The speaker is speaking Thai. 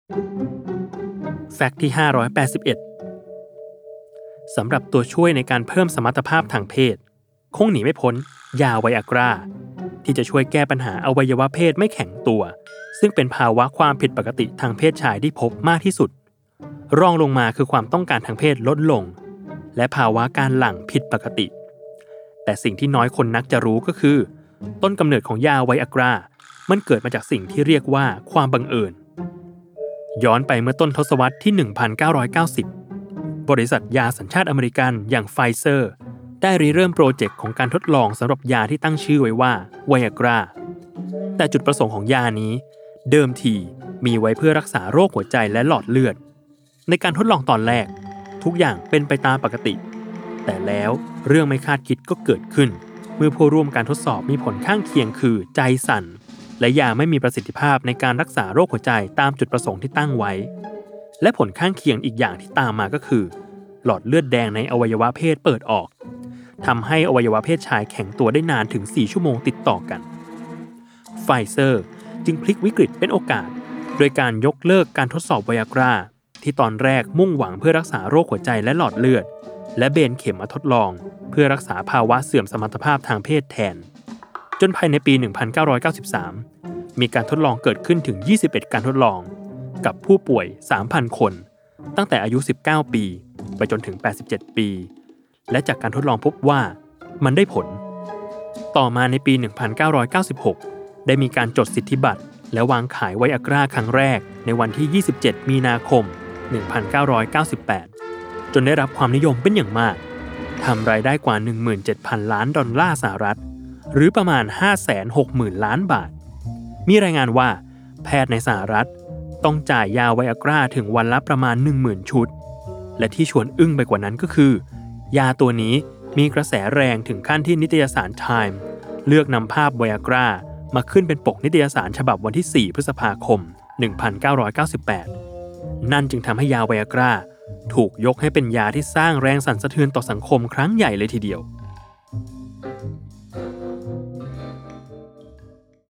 แฟกต์ที่581สำหรับตัวช่วยในการเพิ่มสมรรถภาพทางเพศคงหนีไม่พ้นยาไวอากราที่จะช่วยแก้ปัญหาอวัยวะเพศไม่แข็งตัวซึ่งเป็นภาวะความผิดปกติทางเพศชายที่พบมากที่สุดรองลงมาคือความต้องการทางเพศลดลงและภาวะการหลั่งผิดปกติแต่สิ่งที่น้อยคนนักจะรู้ก็คือต้นกำเนิดของยาไวอากรามันเกิดมาจากสิ่งที่เรียกว่าความบังเอิญย้อนไปเมื่อต้นทศวรรษที่ 1990 บริษัทยาสัญชาติอเมริกันอย่างไฟเซอร์ได้ริเริ่มโปรเจกต์ของการทดลองสำหรับยาที่ตั้งชื่อไว้ว่าไวอากราแต่จุดประสงค์ของยานี้เดิมทีมีไว้เพื่อรักษาโรคหัวใจและหลอดเลือดในการทดลองตอนแรกทุกอย่างเป็นไปตามปกติแต่แล้วเรื่องไม่คาดคิดก็เกิดขึ้นเมื่อผู้ร่วมการทดสอบมีผลข้างเคียงคือใจสั่นและยาไม่มีประสิทธิภาพในการรักษาโรคหัวใจตามจุดประสงค์ที่ตั้งไว้และผลข้างเคียงอีกอย่างที่ตามมาก็คือหลอดเลือดแดงในอวัยวะเพศเปิดออกทำให้อวัยวะเพศชายแข็งตัวได้นานถึง4 ชั่วโมงติดต่อกันไฟเซอร์จึงพลิกวิกฤตเป็นโอกาสโดยการยกเลิกการทดสอบไวอากราที่ตอนแรกมุ่งหวังเพื่อรักษาโรคหัวใจและหลอดเลือดและเบนเข็มมาทดลองเพื่อรักษาภาวะเสื่อมสมรรถภาพทางเพศแทนจนภายในปี 1993 มีการทดลองเกิดขึ้นถึง 21 การทดลองกับผู้ป่วย 3,000 คนตั้งแต่อายุ 19 ปีไปจนถึง 87 ปีและจากการทดลองพบว่ามันได้ผลต่อมาในปี 1996 ได้มีการจดสิทธิบัตรและวางขายไวอากราครั้งแรกในวันที่ 27 มีนาคม 1998 จนได้รับความนิยมเป็นอย่างมากทำรายได้กว่า 17,000 ล้านดอลลาร์สหรัฐหรือประมาณ 560,000 ล้านบาทมีรายงานว่าแพทย์ในสหรัฐต้องจ่ายยาไวอากราถึงวันละประมาณ 10,000 ชุดและที่ชวนอึ้งไปกว่านั้นก็คือยาตัวนี้มีกระแสแรงถึงขั้นที่นิตยสาร Time เลือกนำภาพไวอากรามาขึ้นเป็นปกนิตยสารฉบับวันที่ 4 พฤษภาคม 1998 นั่นจึงทำให้ยาไวอากราถูกยกให้เป็นยาที่สร้างแรงสั่นสะเทือนต่อสังคมครั้งใหญ่เลยทีเดียว